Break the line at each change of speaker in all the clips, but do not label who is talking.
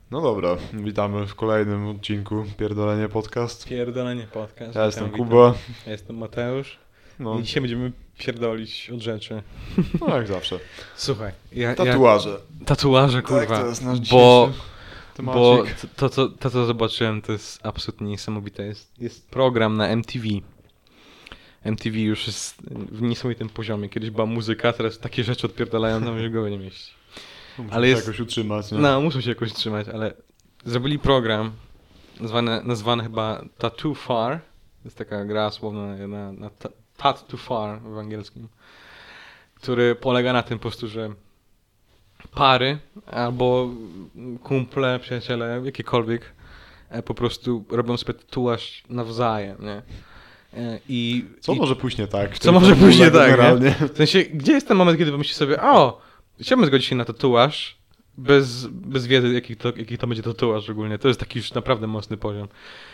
No dobra, witamy w kolejnym odcinku Pierdolenie Podcast.
Pierdolenie podcast.
Ja jestem Kuba.
Ja jestem Mateusz.
No,
I dzisiaj będziemy pierdolić od rzeczy.
no jak zawsze.
Słuchaj,
Tatuaże.
Tatuaże, kurwa.
Tak, to jest nasz
bo
temacik.
bo to, co zobaczyłem, to jest absolutnie niesamowite. Jest program na MTV. MTV już jest w niesamowitym poziomie. Kiedyś była muzyka, teraz takie rzeczy odpierdalają, tam się głowy nie mieści.
Muszę
ale
się
jest-
jakoś utrzymać, nie?
No, muszą się jakoś trzymać, ale zrobili program nazwany chyba Tattoo Far. To jest taka gra słowna na Tat to Far w angielskim, który polega na tym po prostu, że pary albo kumple, przyjaciele, jakiekolwiek po prostu robią sobie tatuaż nawzajem, nie?
Co może pójść nie tak? w
Co
tej
może
formule
pójść nie tak,
generalnie?
W sensie, gdzie jest ten moment, kiedy pomyślisz sobie, chciałbym zgodzić się na tatuaż, bez wiedzy, jaki to będzie tatuaż ogólnie. To jest taki już naprawdę mocny poziom.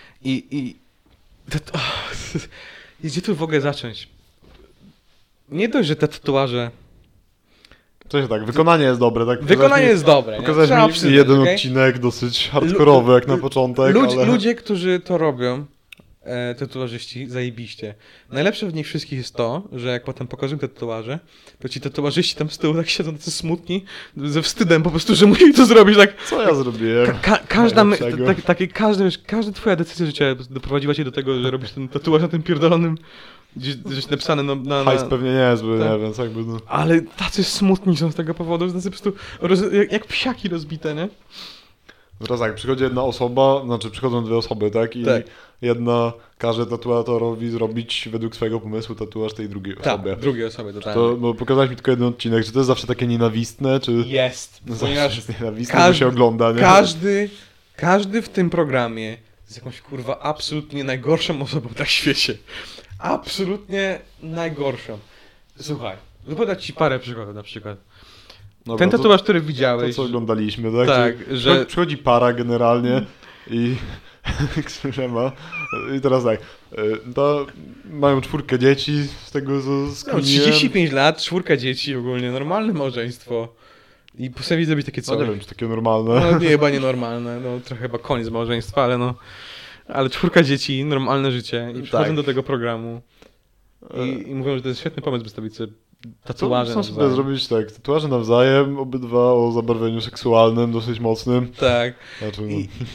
Gdzie tu w ogóle zacząć? Nie dość, że te tatuaże...
To się tak, wykonanie jest dobre, tak?
Wykonanie jest dobre, nie? Trzeba
Pokazałeś mi
przyznać,
jeden
okej?
odcinek dosyć hardkorowy jak na początek, ale...
Ludzie, którzy to robią, tatuażyści, zajebiście. Najlepsze w nich wszystkich jest to, że jak potem pokażę te tatuaże, to ci tatuażyści tam z tyłu tak siedzą tacy smutni, ze wstydem po prostu, że musieli to zrobić, tak...
Co ja zrobiłem? Najlepszego?
Każda twoja decyzja życia doprowadziła cię do tego, że robisz ten tatuaż na tym pierdolonym, gdzieś napisane na...
Hajs pewnie nie jest,
tak.
nie, więc jakby no...
Ale tacy smutni są z tego powodu, że tacy po prostu jak psiaki rozbite, nie?
Teraz tak, przychodzi jedna osoba, znaczy przychodzą dwie osoby, tak? I
Tak.
jedna każe tatuatorowi zrobić według swojego pomysłu tatuaż tej drugiej osobie.
Tak, drugiej osoby totalnie.
To, bo pokazałeś mi tylko jeden odcinek, czy to jest zawsze takie nienawistne, czy...
Jest,
No zawsze
ponieważ
jest nienawistne, bo się ogląda, nie?
każdy w tym programie jest jakąś kurwa absolutnie najgorszą osobą na świecie. Absolutnie najgorszą. Słuchaj, podać ci parę przykładów na przykład.
Dobra,
Ten
to-
tatuaż, który
To,
widziałeś...
co oglądaliśmy, tak?
Tak,
Czyli
że-
Przychodzi para generalnie i... Które ma... I teraz tak, mają 4 dzieci, z tego co
No,
skminiłem.
35 lat, 4 dzieci ogólnie, normalne małżeństwo. I postanowili zrobić takie
No
coś.
nie wiem, czy takie normalne.
No nie, chyba nienormalne, no trochę chyba koniec małżeństwa, ale no... Ale 4 dzieci, normalne życie i przychodzą
Tak.
do tego programu i mówią, że to jest świetny pomysł, by stawić sobie tatuaże
Chcą sobie
nawzajem.
zrobić tak, tatuaże nawzajem, obydwa o zabarwieniu seksualnym, dosyć mocnym.
Tak.
Znaczy, no,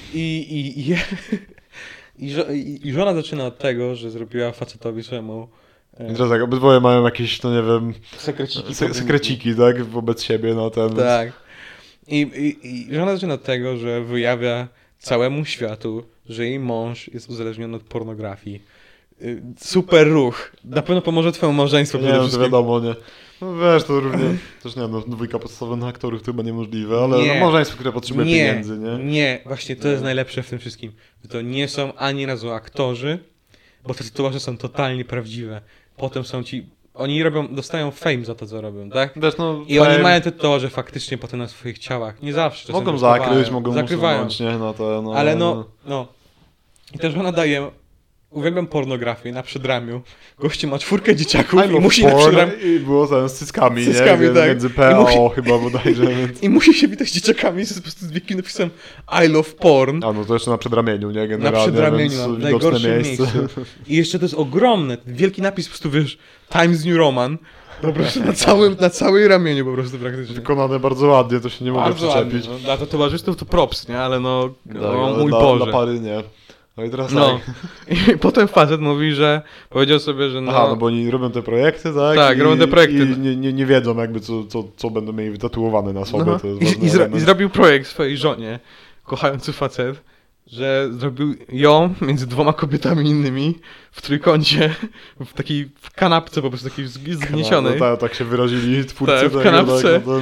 I żona zaczyna od tego, że zrobiła facetowi swojemu
I teraz tak, obydwoje mają jakieś, no nie wiem,
sekreciki.
sekreciki, tak, wobec siebie na ten...
Tak. I żona zaczyna od tego, że wyjawia całemu światu, że jej mąż jest uzależniony od pornografii. Super ruch. Na pewno pomoże twojemu małżeństwu
Nie,
przede
no to
wszystkim.
wiadomo, nie. No wiesz, to równie, też nie, no dwójka podstawionych aktorów to chyba niemożliwe, ale
Nie.
no, małżeństwo, które potrzebuje pieniędzy, nie?
Nie, właśnie to jest najlepsze w tym wszystkim. Że to nie są ani razu aktorzy, bo te tatuaże są totalnie prawdziwe. Potem są ci... Oni dostają fame za to, co robią, tak?
Wiesz, no,
I oni mają te tatuaże faktycznie potem na swoich ciałach. Nie zawsze. czasem
mogą
zakrywają,
zakryć, mogą
zakrywają.
usunąć, nie, no to, no.
Ale no. I też ona daje... Uwielbiam pornografię na przedramiu. Gościu ma 4 dzieciaków
I
i
love
musi na
porn
przedramiu...
i było ten z cyckami,
Z cyckami,
nie?
tak.
Między
I
PAO
musi-
chyba bodajże, więc...
I musi się witać z dzieciakami z po prostu z wielkim napisem I love porn.
A no to jeszcze na przedramieniu, nie?
Na
Generalnie,
przedramieniu,
więc
w
widoczne
najgorszym
miejsce.
miejscu. I jeszcze to jest ogromne. Ten wielki napis po prostu, wiesz, Times New Roman. Po prostu na całej ramieniu po prostu praktycznie.
Wykonane bardzo ładnie, to się nie mogę
Bardzo ładnie.
przyczepić.
No. Dla tatuażystów to props, nie? Ale no,
Tak,
o
ale
mój
dla,
Boże.
dla pary nie. No i teraz
No.
tak.
I potem facet mówi, że powiedział sobie, że no...
Aha, no bo oni robią te projekty, tak?
Tak, robią te projekty.
I nie wiedzą jakby co będą mieli wytatuowane na sobie,
No.
to jest
I
ważny element.
zrobił projekt swojej żonie, kochający facet, że zrobił ją między 2 kobietami innymi w trójkącie, w kanapce po prostu takiej zgniecionej.
No, tak się wyrazili twórcy
Tak, w
tego,
kanapce.
Tak, no to,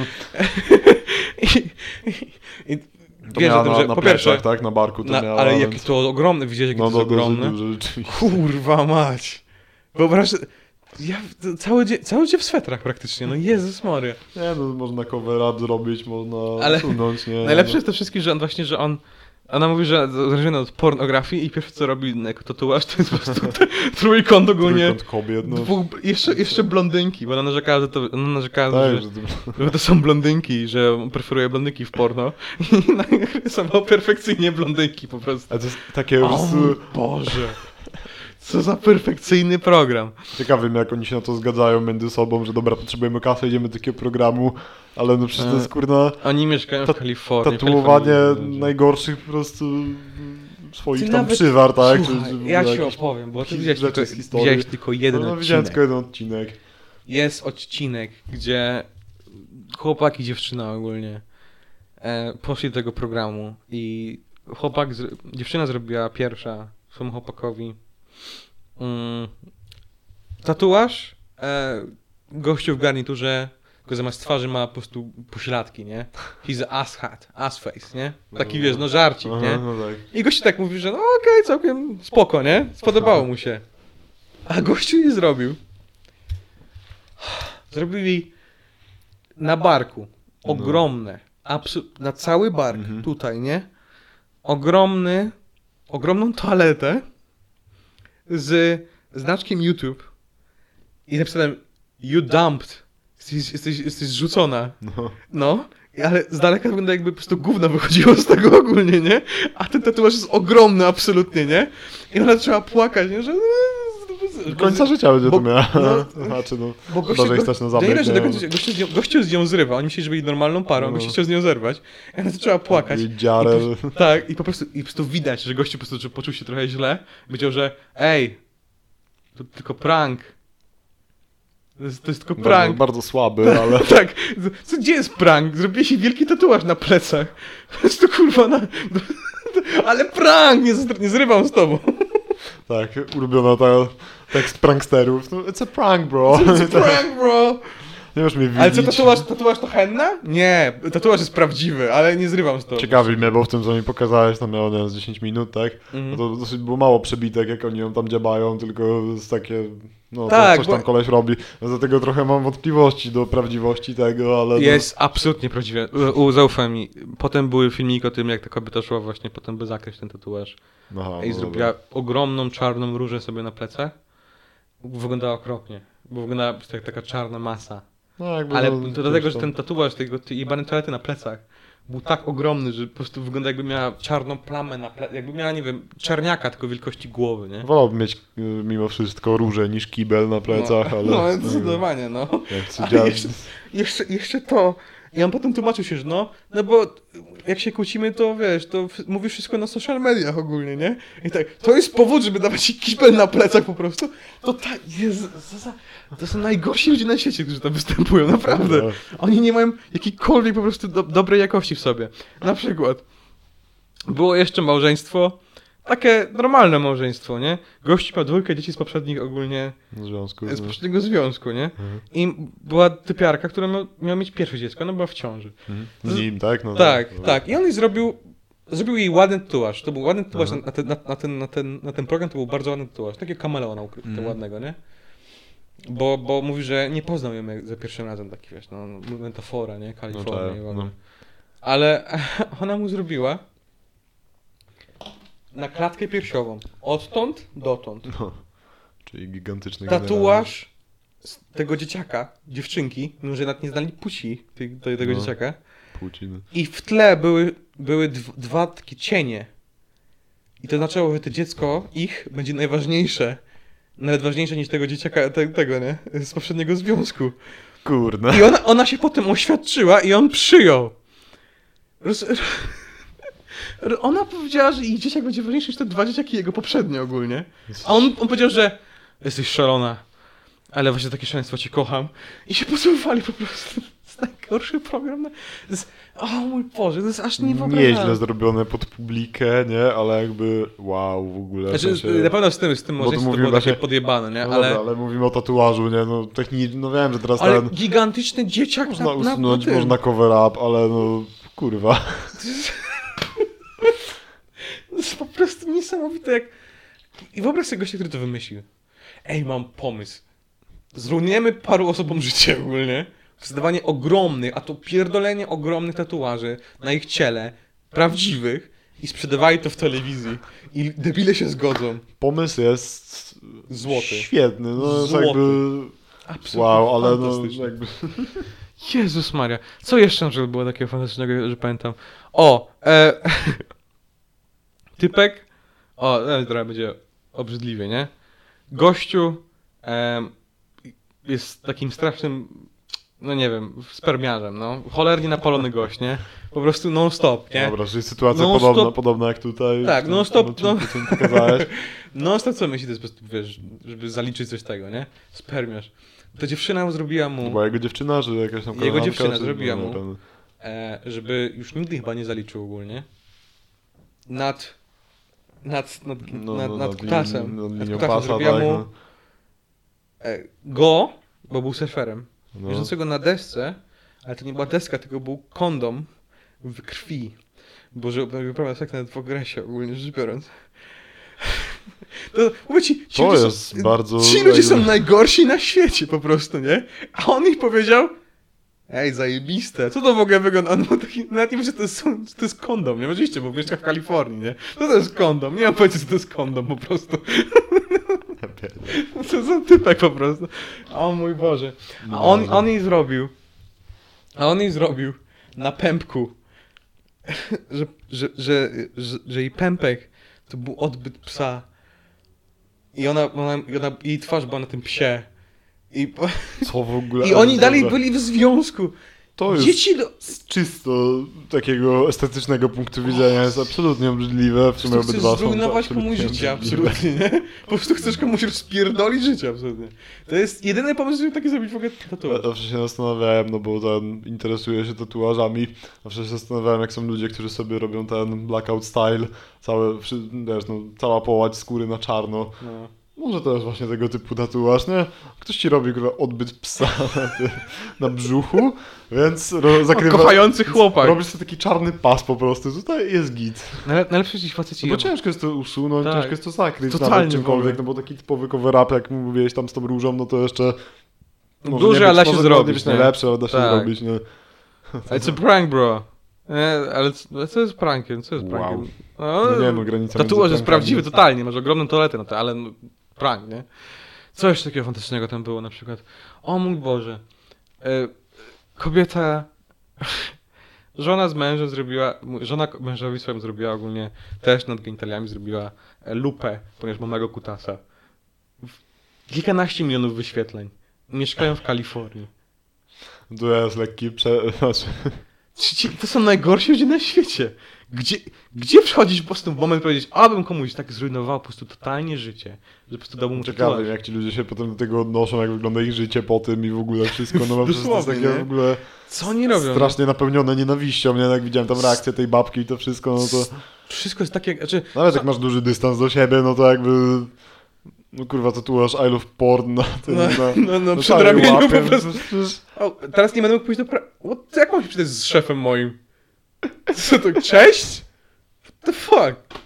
I
to
wiesz
miała
o tym,
na,
że
na
po pierwsze,
plecach, tak? Na barku to miała.
ale
więc-
jakie to ogromne, widziałeś jakie
No
to jest ogromne?
duże rzeczywiście.
Kurwa mać. Wyobraź sobie, ja cały dzień w swetrach praktycznie, no Jezus Maria.
Nie no, można cover up zrobić, można
Ale
usunąć, nie?
Najlepsze
no.
jest to wszystkim, że on Ona mówi, że zależna od pornografii i pierwsze co robi jako tatuaż to jest po prostu trójkąt ogólnie.
Trójkąt kobiet, no.
Jeszcze blondynki, bo ona narzekała,
Tak,
że to są blondynki, że preferuje blondynki w porno. I narysował perfekcyjnie blondynki po prostu.
A to jest takie po
O
prostu...
mój Boże. Co za perfekcyjny program.
Ciekawym, jak oni się na to zgadzają między sobą, że dobra, potrzebujemy kasy, idziemy do takiego programu, ale no przecież to jest kurna...
Oni mieszkają w Kalifornii.
Tatuowanie najgorszych po prostu swoich
Ty
tam
nawet-
przywar, tak?
Słuchaj,
Czy
ja ci
jakieś
opowiem, bo ty
rzeczy z historii.
widziałeś tylko jeden
No widziałem
odcinek.
tylko jeden odcinek.
Jest odcinek, gdzie chłopak i dziewczyna ogólnie poszli do tego programu i dziewczyna zrobiła pierwsza swojemu chłopakowi tatuaż, gościu w garniturze, tylko zamiast twarzy ma po prostu pośladki, nie? He's a ass face, nie? Taki wiesz, no żarcik,
Aha,
nie?
no tak.
I gościu tak mówi, że no okej, całkiem spoko, nie? Spodobało mu się. A gościu nie zrobił. Zrobili na barku. Ogromne. Na cały bark.
Mhm.
Tutaj, nie? Ogromną toaletę z znaczkiem YouTube. I napisałem You dumped. Jesteś zrzucona.
No.
No. Ale z daleka wygląda jakby po prostu gówno wychodziło z tego ogólnie, nie? A ten tatuaż jest ogromny absolutnie, nie? I ona zaczęła płakać, nie? Że...
Do końca życia będzie to miała.
no,
Znaczy, no,
Bo
chyba, że ich stać na zabieg,
że
nie?
gościu z nią zrywa. Oni myśleli, że byli normalną parą,
No.
gościu chciał z nią zerwać. I ona zaczęła płakać.
I dziarę.
Tak, i po prostu widać, że gościu po prostu poczuł się trochę źle. Powiedział, że ej, to tylko prank. To jest tylko
Bardzo,
prank.
bardzo słaby, ale...
Tak, gdzie jest prank? Zrobiłeś jej wielki tatuaż na plecach. Po prostu kurwa ale prank! Nie zrywam z tobą.
Tak, ulubiona tekst pranksterów. No, it's a prank, bro.
It's prank, bro!
Nie możesz mnie
Ale co,
widzieć.
tatuaż to henna? Nie, tatuaż jest prawdziwy, ale nie zrywam z tobą.
Ciekawi mnie, bo w tym, co mi pokazałeś, tam miało, nie wiem, z 10 minut, tak? No to dosyć było mało przebitek, jak oni ją tam dziabają, tylko z takie... No,
Tak,
coś tam koleś robi. No, dlatego trochę mam wątpliwości do prawdziwości tego, ale...
Jest absolutnie prawdziwe. Zaufaj mi. Potem były filmiki o tym, jak ta kobieta szła właśnie potem by zakreślić ten tatuaż.
No, aha,
I
no
zrobiła
dobra.
ogromną czarną różę sobie na plecach. Wyglądała okropnie. Bo wyglądała jak taka czarna masa.
No, jakby,
Ale
no,
to dlatego,
coś
że
tam-
ten tatuaż tej jebanej toalety na plecach był tak ogromny, że po prostu wygląda jakby miała czarną plamę na plecach. Jakby miała, nie wiem, czarniaka tylko wielkości głowy, nie?
Wolałbym mieć mimo wszystko róże niż kibel na plecach, ale...
No, zdecydowanie, no.
Jak chcę
Ale
działać...
jeszcze to. I on potem tłumaczył się, że no bo jak się kłócimy, to wiesz, to mówisz wszystko na social mediach ogólnie, nie? I tak, to jest powód, żeby dawać ci kibel na plecach po prostu. To tak, to są najgorsi ludzie na świecie, którzy tam występują, naprawdę. Oni nie mają jakiejkolwiek po prostu dobrej jakości w sobie. Na przykład, było jeszcze małżeństwo, takie normalne małżeństwo, nie? Gość miał 2 dzieci z poprzednich ogólnie,
W związku
z poprzedniego związku, nie? I była typiarka, która miała mieć pierwsze dziecko, ona była w ciąży.
Z nim, tak? No,
Tak,
no.
tak. I on jej zrobił jej ładny tatuaż. To był ładny tatuaż na ten program, to był bardzo ładny tatuaż. Takiego kameleona ładnego, nie? Bo mówi, że nie poznał ją za pierwszym razem, taki wiesz, no metafora, nie? Kalifornia i w ogóle.
No.
Ale ona mu zrobiła na klatkę piersiową. Odtąd dotąd.
No. Czyli gigantyczny
Tatuaż z tego dzieciaka, dziewczynki, mimo że nawet nie znali płci tego
No.
dzieciaka.
Płciny.
I w tle były dwa takie cienie. I to znaczyło, że to dziecko ich będzie najważniejsze. Nawet ważniejsze niż tego dzieciaka, tego, nie? Z poprzedniego związku.
Kurde.
I ona się potem oświadczyła i on przyjął. Ona powiedziała, że ich dzieciak będzie ważniejszy niż te 2 dzieciaki jego poprzednie ogólnie. A on powiedział, że jesteś szalona, ale właśnie takie szaleństwo cię kocham. I się pocałowali po prostu. To jest najgorszy program. To jest, o mój Boże, to jest aż niewyobrażalne.
Nieźle zrobione pod publikę, nie? Ale jakby wow w ogóle.
Znaczy,
w sensie...
na pewno z tym małżeństwem to
mówimy
było takie
właśnie-
podjebane, nie?
No
Ale,
dobra, ale mówimy o tatuażu, nie? No no wiem, że teraz
ale
ten...
gigantyczny dzieciak
Można
na
usunąć,
tym.
można cover up, ale no kurwa.
To jest po prostu niesamowite jak... I wyobraź sobie gościa, który to wymyślił. Ej, mam pomysł. Zrujnujemy paru osobom życie ogólnie. Zdawanie ogromnych, a to pierdolenie ogromnych tatuaży na ich ciele, prawdziwych. i sprzedawali to w telewizji i debile się zgodzą.
Pomysł jest
Złoty.
Świetny, no jest
Złoty.
jakby...
Absolutnie
Wow, ale no
fantastyczny.
jakby...
Jezus Maria. Co jeszcze na przykład było takiego fantastycznego, że pamiętam? Typek. Teraz będzie obrzydliwie, nie? Gościu jest takim strasznym, no nie wiem, spermiarzem, no. Cholernie napalony gość, nie? Po prostu non-stop, nie?
Dobra, czyli sytuacja
Non-stop-
podobna jak tutaj.
Tak,
w tym
non-stop,
odcinku, co mi pokazałeś.
Non-stop co myśli, to jest po prostu, wiesz, żeby zaliczyć coś tego, nie? Spermiarz. To dziewczyna zrobiła mu...
Była jego dziewczyna, czy jakaś tam
Jego
koleżanka,
dziewczyna
czy...
zrobiła
no,
mu.
ten-
żeby już nigdy chyba nie zaliczył ogólnie, nad kutasem.
Nad
Nad
linią
kutasem
pasa,
zrobiła
tak,
mu
no.
go, bo był surferem,
No.
wierzącego na desce, ale to nie była deska, tylko był kondom w krwi, bo że wyprawiał seks nawet w okresie ogólnie rzecz biorąc. To, mówię ci,
To
ludzie
jest bardzo...
ci ludzie są najgorsi na świecie po prostu, nie? A on ich powiedział, ej, zajebiste, co to w ogóle wygląda? On był taki, nawet nie wiem, że to jest kondom, nie? Oczywiście, bo mieszka w Kalifornii, nie? Co to jest kondom? Nie mam pojęcia, co to jest kondom po prostu. Co za typek po prostu. O mój Boże. A on jej zrobił. Na pępku. że jej pępek to był odbyt psa. I ona jej twarz była na tym psie.
Co w ogóle?
I oni dalej
Dobra.
byli w związku.
To jest
Dzieci
czysto takiego estetycznego punktu widzenia jest absolutnie obrzydliwe. W sumie
Po prostu
obydwa
chcesz
są
zrujnować komuś życie,
obrzydliwe.
absolutnie, nie? Po prostu chcesz komuś rozpierdolić życie, absolutnie. To jest jedyny pomysł, żeby taki zrobić w ogóle tatuaż.
Zawsze się zastanawiałem, no bo ten interesuje się tatuażami. Zawsze się zastanawiałem, jak są ludzie, którzy sobie robią ten blackout style, wiesz, no, cała połać skóry na czarno.
No.
Może to jest właśnie tego typu tatuaż, nie? Ktoś ci robi kurwa, odbyt psa na brzuchu, więc zakrywa...
Kochający chłopak.
Robisz sobie taki czarny pas po prostu, tutaj jest git.
Najlepsze ci faceci...
No bo ciężko jest to usunąć,
Tak.
ciężko jest to zakryć
Totalnie
nawet
w
czymkolwiek,
ogóle.
no bo taki typowy cover-up, jak mówiłeś tam z tą różą, no to jeszcze...
Duży,
nie
ale da
być,
się
może
zrobić,
nie być
nie?
najlepszy, ale da się
Tak.
zrobić, nie?
It's a prank, bro. Nie, ale co jest prankiem? Co jest prankiem?
Wow.
No,
No nie, no granica
tatuaż
między
jest
prankami
prawdziwy
jest-
totalnie, masz ogromną toaletę na to, ale no, prank, nie? Co jeszcze takiego fantastycznego tam było na przykład? O mój Boże. Kobieta... Żona z mężem zrobiła... Żona mężowi swoim zrobiła ogólnie też nad genitaliami zrobiła lupę, ponieważ ma mego kutasa. Kilkanaście milionów wyświetleń. Mieszkają w Kalifornii.
To jest lekki
To są najgorsi ludzie na świecie. Gdzie wchodzisz po prostu w moment powiedzieć, abym komuś tak zrujnował po prostu totalnie życie, że po prostu dał mu
Ciekawe,
tatuaż.
jak ci ludzie się potem do tego odnoszą, jak wygląda ich życie po tym i w ogóle wszystko, no bo przecież to jest
Dosłownie,
takie
nie?
w ogóle
Co oni robią?
strasznie napełnione nienawiścią, nie? Jak widziałem tam reakcję tej babki i to wszystko, no to...
Wszystko jest takie, znaczy...
Nawet jak masz duży dystans do siebie, no to jakby... No kurwa, tatuaż I love porn na tym, na
przed
całej
ramieniu
łapie,
po prostu.
przecież-
O, teraz nie będę mógł pójść do jak mam się przydać z szefem moim? Co to, cześć? What the fuck?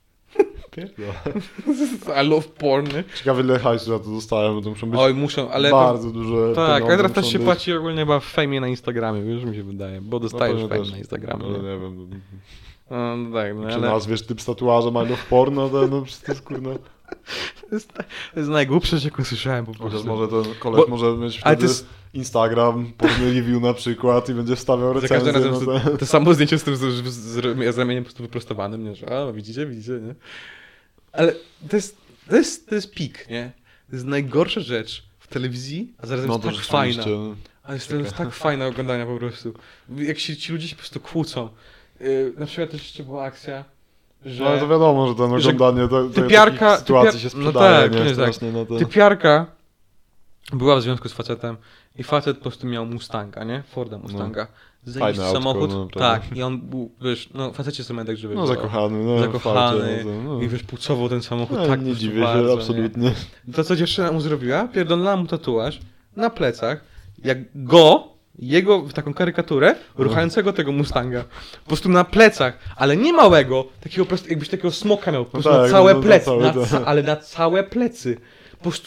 I love porn, nie?
Ciekawe, ile hajsu za to dostałem, bo to muszą być
Oj, muszą, ale...
bardzo duże
Tak, ale
pieniądze
teraz też
muszą
się
być.
płaci ogólnie chyba w fejmie na Instagramie, wiesz, mi się wydaje, bo dostajesz
pewno
fame
też.
na Instagramie.
No,
nie?
nie wiem,
No tak, no
jak się
ale
nazwiesz typ z tatuażem I love porn, no to no, przecież to jest kurna...
to jest najgłupsze, jaką słyszałem po
Chociaż
prostu.
może ten koleś
Bo-
może mieć
ale
wtedy
to jest-
Instagram, porno review na przykład i będzie wstawiał
Za każdym
recenzję.
razem
No to...
to samo zdjęcie z tym z ramieniem po prostu wyprostowanym, nie? Że widzicie, nie? Ale to jest pik, nie? To jest najgorsza rzecz w telewizji, a zarazem
No
jest
to
tak fajna.
rzeczywiście.
Ale to jest tak fajna oglądania po prostu. Jak ci ludzie się po prostu kłócą. Na przykład też jeszcze była akcja, że...
No ale to wiadomo, że ten
że
oglądanie
typiarka-
takich sytuacji się
no
sprzedaje,
tak,
nie?
tak.
Strasznie, no to...
Typiarka była w związku z facetem i facet po prostu miał Mustanga, nie? Forda Mustanga. Zajebisty
Fajne autko,
samochód.
no, prawda.
Tak, i on był, wiesz, no facecie są tak, żeby
No zakochany, no
zakochany
fajnie, no,
i wiesz, pucował ten samochód
no,
tak
nie
po prostu
dziwię
bardzo,
się,
nie?
absolutnie.
To co dziewczyna mu zrobiła? Pierdolnęła mu tatuaż na plecach, jak jego taką karykaturę ruchającego tego Mustanga. Po prostu na plecach, ale nie małego, takiego po prostu, jakbyś takiego smoka miał, po prostu
tak,
na całe
no, na
plecy,
całe, tak.
ale na całe plecy. Po prostu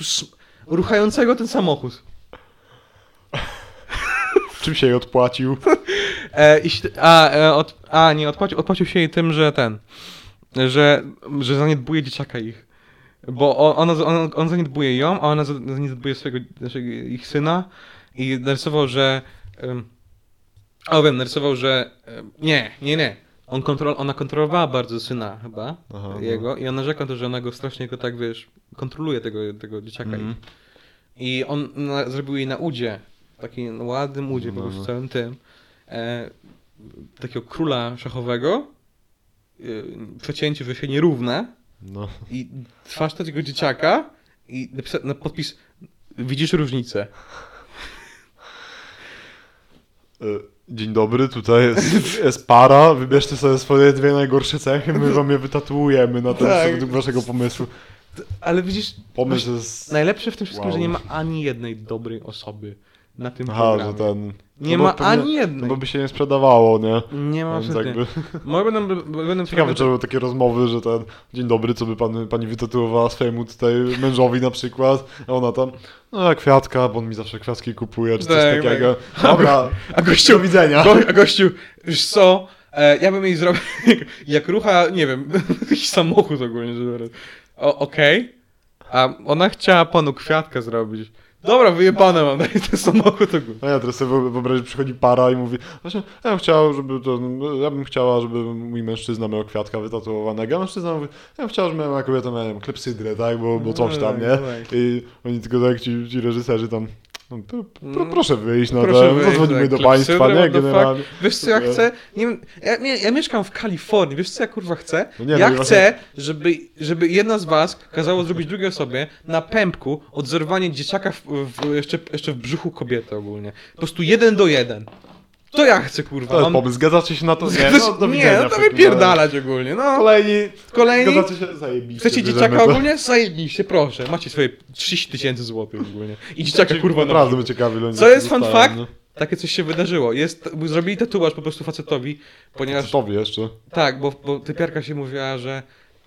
ruchającego ten samochód.
Czym się jej odpłacił?
Nie, odpłacił się jej tym, że że zaniedbuje dzieciaka ich. Bo on zaniedbuje ją, a ona zaniedbuje ich syna i narysował, że... narysował, że... Nie. Ona kontrolowała bardzo syna chyba, jego, i on narzekał na to, że ona go strasznie go tak, wiesz, kontroluje tego dzieciaka. I on zrobił jej na udzie, takim ładnym udzie po prostu całym tym, takiego króla szachowego, przecięcie, że się nierówne, i twarz tego dzieciaka i na podpis widzisz różnicę.
Dzień dobry, tutaj jest para, wybierzcie sobie swoje 2 najgorsze cechy, my wam je wytatuujemy na ten według waszego pomysłu.
Ale widzisz,
pomysł jest...
najlepsze w tym wszystkim, że nie ma ani jednej dobrej osoby na tym programie.
Że ten...
Nie ma ani jednej.
No bo by się nie sprzedawało, nie?
Nie ma
jakby...
Będą
Ciekawe, czy były takie rozmowy, że ten dzień dobry, co by pani wytatuowała swojemu tutaj mężowi na przykład, a ona tam, no kwiatka, bo on mi zawsze kwiatki kupuje, czy coś takiego. Dobra,
a gościu,
do widzenia.
A gościu, wiesz co, ja bym jej zrobił, jak rucha, nie wiem, jakiś samochód ogólnie, że okej. A ona chciała panu kwiatka zrobić. Dobra, wyjebane mam, daj ten samochód ogólnie.
No ja teraz sobie wyobrażam, że przychodzi para i mówi, właśnie, ja bym chciała, żeby mój mężczyzna miał kwiatka wytatuowanego, a mężczyzna mówi, ja bym chciała, żeby moja kobieta miała klepsydrę, tak, bo coś tam, nie? I oni tylko tak, ci reżyserzy tam, proszę wyjść na to, zadzwonimy do państwa, nie, generalnie.
Wiesz co ja chcę? Nie wiem, ja mieszkam w Kalifornii, wiesz co ja kurwa chcę?
No
Ja chcę, żeby jedna z was kazało zrobić drugiej osobie na pępku odzorowanie dzieciaka jeszcze w brzuchu kobiety ogólnie. Po prostu 1:1. To ja chcę, kurwa.
To jest pomysł, zgadzacie się na to? Nie, do widzenia.
Nie, no to wypierdalać ogólnie, no. Kolejni.
Zgadzacie się? Zajebiście.
Chcecie dzieciaka ogólnie? Zajebiście, proszę. Macie swoje 30 000 złotych ogólnie. I dzieciaka, kurwa,
naprawdę ciekawy.
Co jest fun fact? Takie coś się wydarzyło. Zrobili tatuaż po prostu facetowi, ponieważ...
Facetowi jeszcze?
Tak, bo typiarka się mówiła, że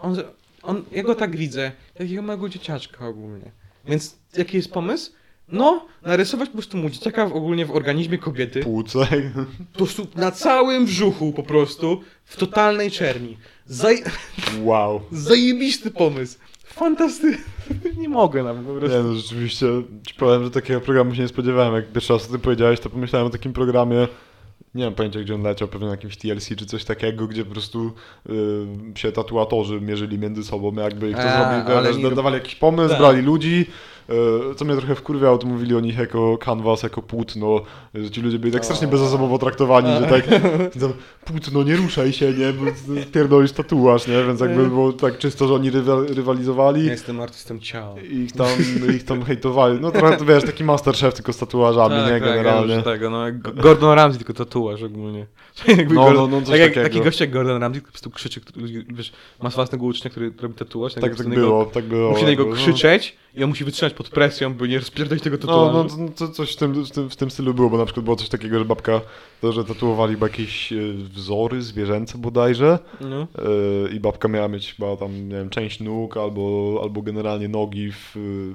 ja go tak widzę, takiego małego dzieciaczka ogólnie. Więc jaki jest pomysł? No, narysować po prostu mu dzieciaka ogólnie w organizmie kobiety.
Płuce.
Po prostu na całym brzuchu po prostu, w totalnej czerni.
Wow.
Zajebisty pomysł. Fantastyczny. Nie mogę nawet po prostu.
Nie no, rzeczywiście, ci powiem, że takiego programu się nie spodziewałem. Jak pierwszy raz o tym powiedziałeś, to pomyślałem o takim programie, nie mam pojęcia, gdzie on leciał, pewnie na jakimś TLC czy coś takiego, gdzie po prostu się tatuatorzy mierzyli między sobą, jakby kto zrobił, dawali jakiś pomysł, brali ludzi. Co mnie trochę wkurwiało, to mówili o nich jako canvas, jako płótno, że ci ludzie byli tak strasznie bezosobowo traktowani, że tak płótno, nie ruszaj się, nie, bo pierdolisz tatuaż, nie, więc jakby było tak czysto, że oni rywalizowali.
Ja jestem artystą ciała.
I ich tam hejtowali. No trochę, wiesz, taki Masterchef tylko z tatuażami, nie, generalnie.
Tak, tego, no, Gordon Ramsay tylko tatuaż ogólnie.
Coś takiego.
Taki gość jak Gordon Ramsay po prostu krzyczy, wiesz, ma własnego ucznia, który robi tatuaż.
Tak było.
Musi na niego krzyczeć i on musi wytrzymać pod presją, by nie rozpierdolić tego tatuażu.
No, coś w tym stylu było, bo na przykład było coś takiego, że babka, że tatuowali chyba jakieś wzory zwierzęce bodajże i babka miała mieć chyba tam, nie wiem, część nóg albo generalnie nogi w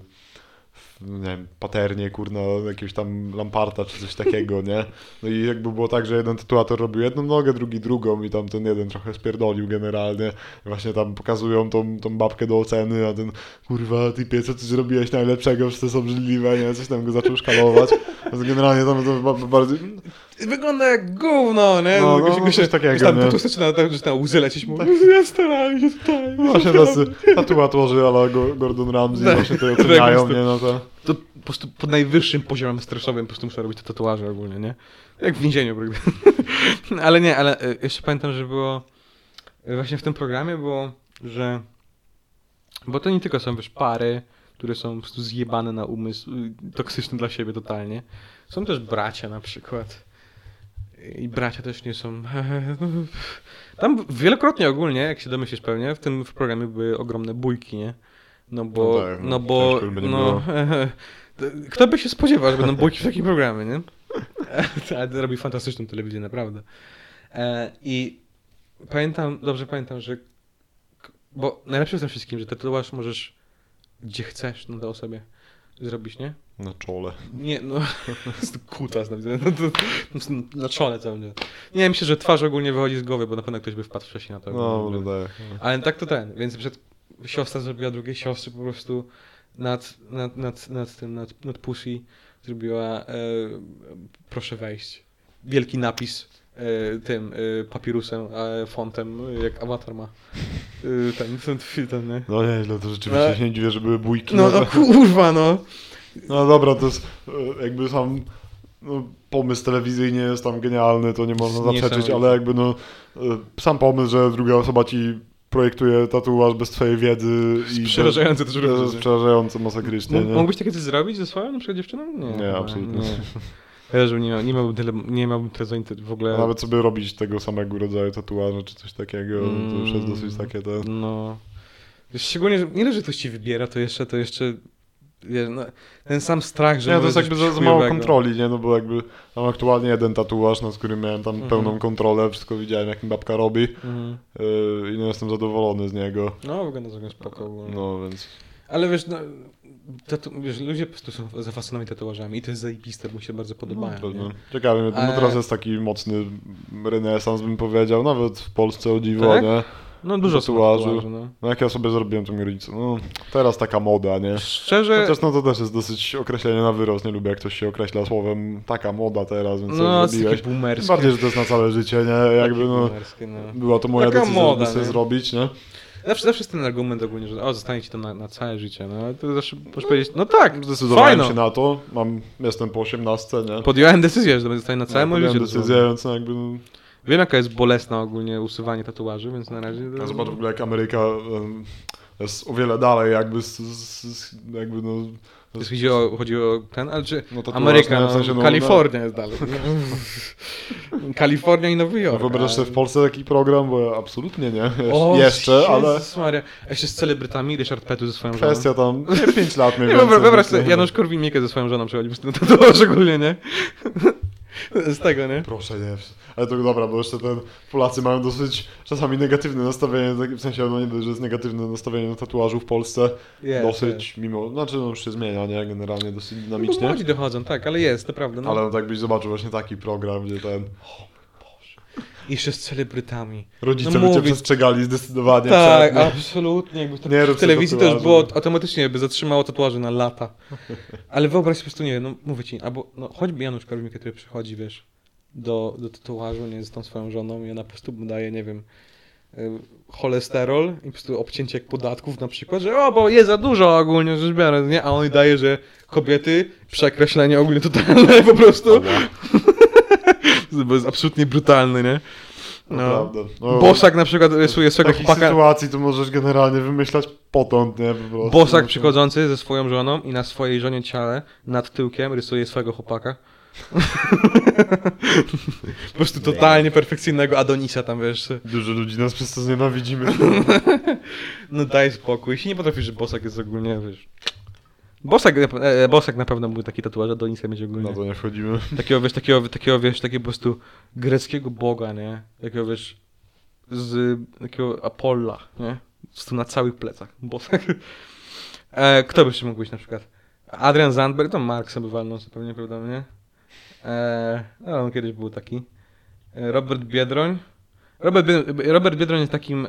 nie wiem, paternie, kurna, jakiegoś tam lamparta czy coś takiego, nie? No i jakby było tak, że jeden tatuator robił jedną nogę, drugi drugą i tam ten jeden trochę spierdolił generalnie. I właśnie tam pokazują tą babkę do oceny, a ten, kurwa, typie, co ty zrobiłeś najlepszego, że to jest obrzydliwe, nie? Coś tam go zaczął szkalować. Więc generalnie tam to bardziej...
Wygląda jak gówno, nie?
Coś takiego,
nie? Tu zaczyna łzy lecieć, mówi, ja starałem się tutaj.
Właśnie tacy tatuatorzy ale Gordon Ramsay właśnie to oceniają, nie? No
to po prostu pod najwyższym poziomem stresowym po prostu muszę robić te tatuaże ogólnie, nie? Jak w więzieniu. ale jeszcze pamiętam, że było właśnie w tym programie było, że bo to nie tylko są, wiesz, pary, które są po prostu zjebane na umysł, toksyczne dla siebie totalnie. Są też bracia na przykład. I bracia też nie są... Tam wielokrotnie ogólnie, jak się domyślisz pewnie, w programie były ogromne bójki, nie? Kto by się spodziewał, że będą bójki w takim programie, nie? Ale to robi fantastyczną telewizję, naprawdę. I dobrze pamiętam, że... Bo najlepsze jest na wszystkim, że tatuaż możesz gdzie chcesz na tej osobie. zrobić, nie?
Na czole.
Nie, no, kutas na czole cały czas. Nie, myślę, że twarz ogólnie wychodzi z głowy, bo na pewno ktoś by wpadł wcześniej na to.
No, tak.
Ale tak to więc siostra zrobiła drugiej siostry po prostu nad Pussy zrobiła proszę wejść. Wielki napis papirusem, fontem, jak Avatar ma. Ten, nie?
No nieźle, to rzeczywiście się nie dziwię, że były bójki.
No kurwa, no.
No dobra, to jest jakby sam pomysł telewizyjny jest tam genialny, to nie można zaprzeczyć, ale jakby sam pomysł, że druga osoba ci projektuje tatuaż bez twojej wiedzy i
przerażające też
to jest przerażające masakrycznie.
Mógłbyś takie coś zrobić ze swoją na przykład dziewczyną?
Nie, absolutnie.
Ja, że nie miałbym tyle w ogóle...
A nawet sobie robić tego samego rodzaju tatuaże czy coś takiego, to już jest dosyć takie
No. Szczególnie, że nie dość, że ktoś ci wybiera, to jeszcze wiesz, ten sam strach, że...
Nie, to jest jakby za mało kontroli, nie? No bo jakby mam aktualnie jeden tatuaż, z którym miałem tam pełną kontrolę, wszystko widziałem, jak mi babka robi i jestem zadowolony z niego.
No, wygląda całkiem spoko.
No, więc...
Ale wiesz, ludzie po prostu są zafascynowani tatuażami i to jest zajebiste, bo mi się bardzo podobają.
No, ciekawe, no teraz jest taki mocny renesans, bym powiedział, nawet w Polsce o dziwo, tak? Nie?
No dużo
tatuażu. No jak ja sobie zrobiłem, to mi rodzice, teraz taka moda, nie?
Szczerze...
Chociaż to też jest dosyć określenie na wyrost, nie lubię jak ktoś się określa słowem taka moda teraz, więc
co zrobiłeś. Boomerskie.
Bardziej, że to jest na całe życie, nie? Jakby była to moja decyzja,
moda,
żeby sobie zrobić, nie?
Zawsze jest ten argument ogólnie, że zostanie ci to na całe życie, no ale to zawsze możesz powiedzieć, no tak,
zdecydowałem się na to, jestem po 18, nie?
Podjąłem decyzję, że to zostanie na całe moje życie.
Decyzję, więc jakby...
Wiem, jaka jest bolesna ogólnie usuwanie tatuaży, więc na razie...
A zobacz w ogóle, jak Ameryka jest o wiele dalej jakby
Chodzi o ten, ale czy
tatuaż,
Ameryka, w sensie, Kalifornia jest dalej. Kalifornia i Nowy Jork.
Wyobraź sobie w Polsce taki program, bo absolutnie nie. Jeszcze, ale...
Maria. Jeszcze z celebrytami, Ryszard Petru ze swoją żoną.
Kwestia tam 5 lat mniej
więcej. Wyobraź sobie, Janusz Korwin-Mikke ze swoją żoną przychodzi po prostu na tatuaż ogólnie, nie? Z tego, nie?
Proszę, nie. Ale to dobra, bo jeszcze Polacy mają dosyć czasami negatywne nastawienie, w sensie nie dość, że jest negatywne nastawienie na tatuażu w Polsce. Dosyć, mimo, już się zmienia, nie? Generalnie dosyć dynamicznie.
No młodzi dochodzą, tak, ale jest, to prawda. No.
Ale tak byś zobaczył właśnie taki program, gdzie
jeszcze z celebrytami.
Rodzice by cię przestrzegali zdecydowanie.
Tak, absolutnie. Jakby to w telewizji to już było automatycznie, by zatrzymało tatuaże na lata. Ale wyobraź sobie po prostu, nie wiem, mówię ci, albo choćby Janusz Korwin-Mikke, który przychodzi, wiesz, do tatuażu, nie, z tą swoją żoną i ona po prostu mu daje, nie wiem, cholesterol i po prostu obcięcie jak podatków na przykład, że bo jest za dużo ogólnie rzecz biorąc, nie? A on daje, że kobiety, przekreślenie ogólnie totalne po prostu. Bo jest absolutnie brutalny, nie?
No.
Bosak na przykład rysuje swego chłopaka. W
takiej sytuacji to możesz generalnie wymyślać potąd, nie? Po prostu.
Bosak przychodzący ze swoją żoną i na swojej żonie ciele nad tyłkiem rysuje swojego chłopaka. Po prostu totalnie perfekcyjnego Adonisa tam, wiesz.
Dużo ludzi nas przez to znienawidzimy.
No daj spokój. Jeśli nie potrafisz, że Bosak jest ogólnie, wiesz... Bosak na pewno był taki tatuaż Adonisa mieć ogólnie.
Na to nie wchodzimy.
Takiego po prostu greckiego boga, nie? Takiego, wiesz, z takiego Apolla, nie? Po prostu na całych plecach. Bosak. Kto by jeszcze mógł być na przykład? Adrian Zandberg, to Marksa by walnął zupełnie, prawda, nie? On kiedyś był taki. Robert Biedroń. Robert Biedroń jest takim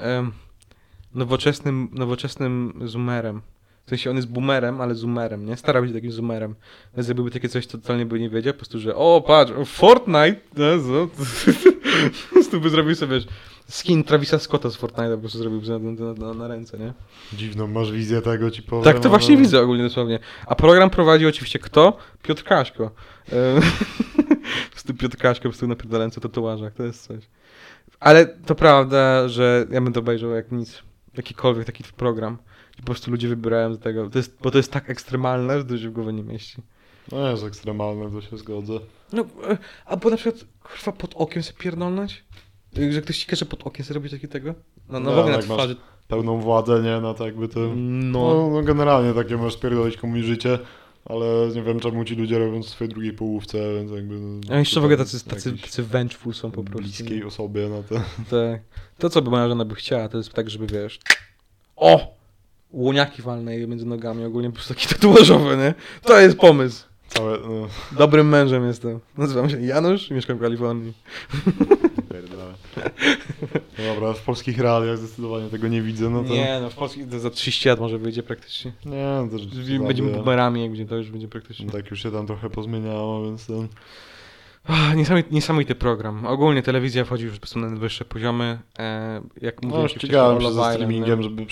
nowoczesnym zoomerem. W sensie on jest boomerem, ale zoomerem, nie? Starał się takim zoomerem. Więc jakby takie coś totalnie by nie wiedział, po prostu, że patrz, Fortnite! Po prostu by zrobił sobie, wiesz, skin Travisa Scotta z Fortnite'a, po prostu zrobił na ręce, nie?
Dziwną masz wizję tego, ci powiem.
Tak, to właśnie widzę ogólnie dosłownie. A program prowadzi oczywiście kto? Piotr Kaśko. Po prostu Piotr Kaśko po prostu na ręce tatuażach, to jest coś. Ale to prawda, że ja bym to obejrzał jak nic, jakikolwiek taki program. I po prostu ludzie wybierają do tego, bo to jest tak ekstremalne, że to się w głowie nie mieści.
No jest ekstremalne, to się zgodzę.
No, albo na przykład, kurwa, pod okiem sobie pierdolnąć? Że ktoś ci każe pod okiem sobie robić takiego? No w ogóle na twarzy.
Pełną władzę, nie? Na to jakby tym. No generalnie takie możesz pierdolić komuś życie, ale nie wiem czemu ci ludzie robią swoje drugiej połówce, więc jakby...
A jeszcze w ogóle tacy vengeful są po prostu.
Bliskiej osobie na to.
Tak. To co by moja żona by chciała, to jest tak, żeby wiesz... łoniaki walne jej między nogami, ogólnie po prostu taki tatuażowy, nie? To jest pomysł.
Całe, no.
Dobrym mężem jestem. Nazywam się Janusz i mieszkam w Kalifornii.
No dobra, w polskich realiach zdecydowanie tego nie widzę. No to...
Nie, no w polskich to za 30 lat może wyjdzie praktycznie.
Nie, no to rzeczywiście
Będziemy boomerami, jak będzie, to już będzie praktycznie.
No tak już się tam trochę pozmieniało, więc ten...
Niesamowity program. Ogólnie telewizja wchodzi już po prostu na wyższe poziomy. Jak mówiłem
No
ci
ścigałem
wcześniej
się
o
ze
Love Island,
streamingiem, żeby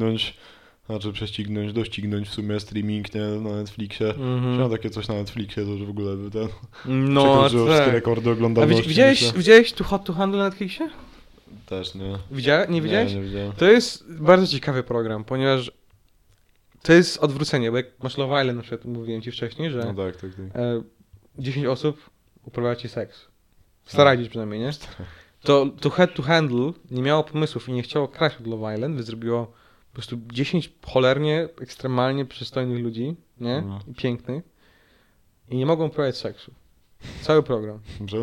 doścignąć w sumie streaming, nie, na Netflixie. Miałem takie coś na Netflixie, to że w ogóle by ten... przekroczyło wszystkie rekordy oglądalności.
Widziałeś Too Hot to Handle na Netflixie?
Też nie.
Nie widziałeś?
Nie widziałem.
To jest bardzo ciekawy program, ponieważ to jest odwrócenie, bo jak masz Love Island, na przykład mówiłem ci wcześniej, że
No tak.
10 osób uprawia ci seks. Starajcie się przynajmniej, nie? To Head to Handle nie miało pomysłów i nie chciało kraść od Love Island, więc zrobiło po prostu 10 cholernie, ekstremalnie przystojnych ludzi, nie?
No.
I pięknych. I nie mogą uprawiać seksu. Cały program.
Dobrze.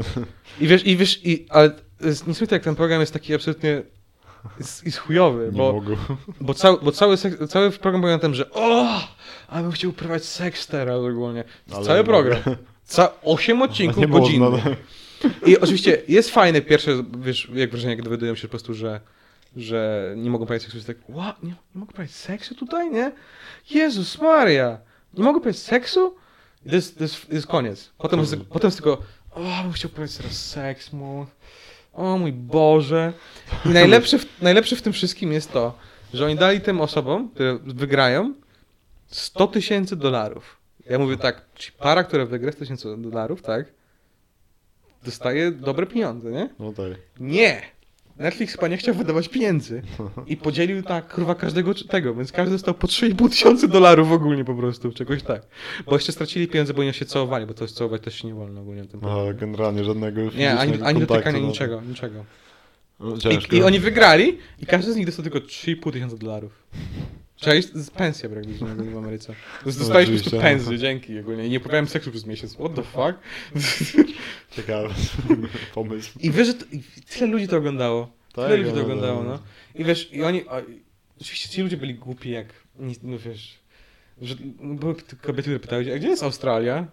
Ale jest niesamowite, jak ten program jest taki absolutnie jest chujowy, bo cały program polega na tym, że a bym chciał uprawiać seks teraz ogólnie. Cały program. 8 odcinków, godzinny. I oczywiście jest fajne pierwsze, wiesz, jak wrażenie, jak dowiadują się po prostu, że nie mogą uprawiać seksu, jest tak, nie mogą uprawiać seksu tutaj, nie? Jezus Maria! Nie mogą uprawiać seksu? I to jest koniec. Potem jest tylko, bym chciał uprawiać teraz seks, o mój Boże. I najlepsze w tym wszystkim jest to, że oni dali tym osobom, które wygrają, $100,000. Ja mówię tak, czyli para, która wygra $100,000, tak, dostaje dobre pieniądze, nie?
No tak.
Nie! Netflix chyba nie chciał wydawać pieniędzy i podzielił tak, kurwa, każdego tego, więc każdy dostał po $3,500 ogólnie po prostu, czegoś tak. Bo jeszcze stracili pieniądze, bo oni się całowali, bo to jest całować też się nie wolno ogólnie.
Generalnie żadnego
nie, ani dotykania
no
niczego.
No,
I oni wygrali i każdy z nich dostał tylko $3,500. Cześć, to jest pensja praktycznie w Ameryce. Dostałeś po prostu pensję, dzięki ogólnie. I nie uprawiałem seksu przez miesiąc. What the fuck?
Ciekawy pomysł.
I wiesz, że tyle ludzi to oglądało.
Tak,
tyle ludzi to oglądało, no. I wiesz, oczywiście ci ludzie byli głupi jak, no wiesz, że były kobiety, które pytały, a gdzie jest Australia?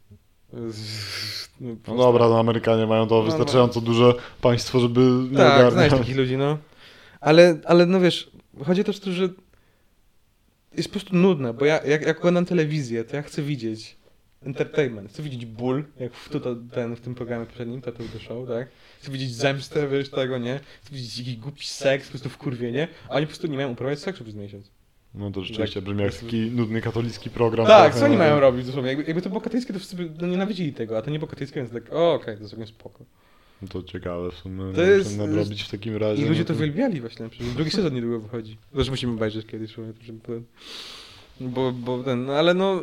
No dobra, no Amerykanie mają to wystarczająco duże państwo, żeby nie
ogarniać. Tak, znasz
ogarniać.
takich ludzi, no. Ale no wiesz, chodzi też o to, że jest po prostu nudne, bo jak oglądam telewizję, to ja chcę widzieć entertainment, chcę widzieć ból, jak w tym programie poprzednim, Tattoo the Show, tak? Chcę widzieć zemstę, wiesz, tego, nie? Chcę widzieć jakiś głupi seks, po prostu wkurwienie, a oni po prostu nie mają uprawiać seksu przez miesiąc.
No to rzeczywiście brzmi jak taki nudny katolicki program.
Tak, co oni mają robić dosłownie? Jakby to było katolickie, to wszyscy by nienawidzili tego, a to nie było katolickie, więc tak, okej, to jest całkiem spoko.
No to ciekawe w sumie,
to jest
nadrobić w takim razie.
I ludzie to uwielbiali właśnie, przecież drugi sezon niedługo wychodzi. Zresztą musimy obejrzeć kiedyś, żeby bo ten, ale no...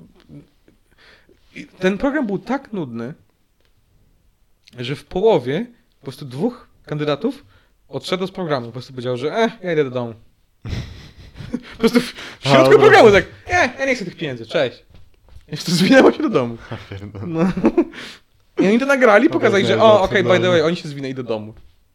Ten program był tak nudny, że w połowie po prostu 2 kandydatów odszedł z programu. Po prostu powiedział, że ja idę do domu. Po prostu w środku programu tak, ja nie chcę tych pieniędzy, cześć. I po prostu zwinęło się do domu. No. I oni to nagrali, pokazali, że by the way, oni się zwinęli do domu.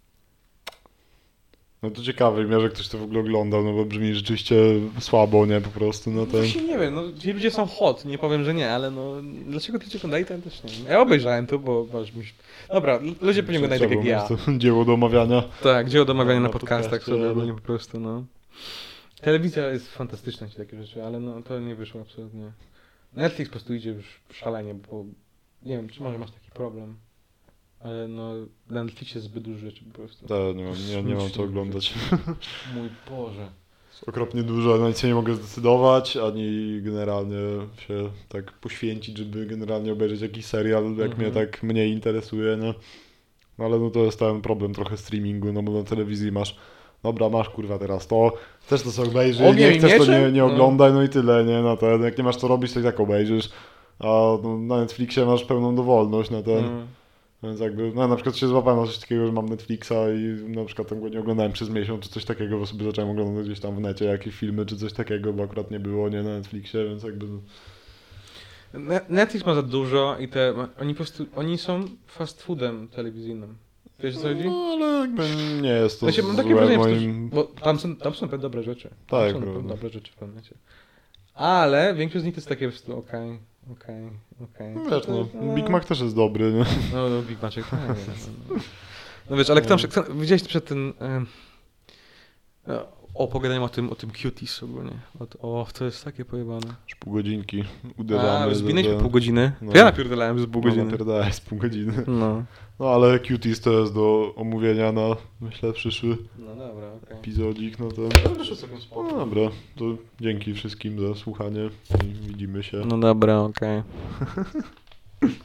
No to ciekawe, że ktoś to w ogóle oglądał, no bo brzmi rzeczywiście słabo, nie, po prostu, no to...
Właśnie nie wiem, no ci ludzie są hot, nie powiem, że nie, ale no dlaczego ludzie oglądali, to też nie wiem. Ja obejrzałem to, bo dobra, ludzie pewnie oglądali tak jak ja.
To dzieło do omawiania.
Tak, dzieło do omawiania na podcastach sobie, ogólnie po prostu, no. Telewizja jest fantastyczna, ci takie rzeczy, ale no to nie wyszło absolutnie. Netflix po prostu idzie już szalenie, bo nie wiem, czy może masz taki problem. Ale no, na Netflixie jest zbyt dużo rzeczy po prostu.
Tak, nie mam co oglądać.
Mój Boże.
Jest okropnie dużo, na nic nie mogę zdecydować, ani generalnie się tak poświęcić, żeby generalnie obejrzeć jakiś serial, jak mnie tak mniej interesuje, nie? No ale no to jest ten problem trochę streamingu, no bo na telewizji masz, dobra, masz kurwa teraz to, chcesz to sobie obejrzeć, nie chcesz to nie oglądaj, no i tyle, nie? Na ten, jak nie masz co robić, to i tak obejrzysz, a no, na Netflixie masz pełną dowolność na ten. Więc jakby, no na przykład się złapałem na coś takiego, że mam Netflixa i na przykład tam go nie oglądałem przez miesiąc czy coś takiego, bo sobie zacząłem oglądać gdzieś tam w necie jakieś filmy czy coś takiego, bo akurat nie było, nie, na Netflixie, więc jakby...
Netflix ma za dużo i oni po prostu, oni są fast foodem telewizyjnym. Wiesz, o co chodzi?
No, ale jakby nie jest to
Mam takie
złe
wrażenie,
moim...
bo tam są pewne dobre rzeczy.
Tak,
Tam są
prawda.
dobre rzeczy w pewnym momencie. Ale większość z nich to jest takie po prostu okej.
No wiesz, Big Mac też jest dobry, nie?
No, Big Mac, tak. No wiesz, ale widziałeś przed ten... pogadajmy o tym cuties ogólnie. To jest takie pojebane.
Już pół godzinki uderzamy.
Zbinęliśmy pół godziny.
No.
To ja napierdalałem z pół godziny.
Napierdalałeś z pół godziny.
No.
No ale Cuties to jest do omówienia na, myślę, przyszły
No dobra, okej.
epizodzik. No to... No dobra, to dzięki wszystkim za słuchanie i widzimy się.
No dobra, okej.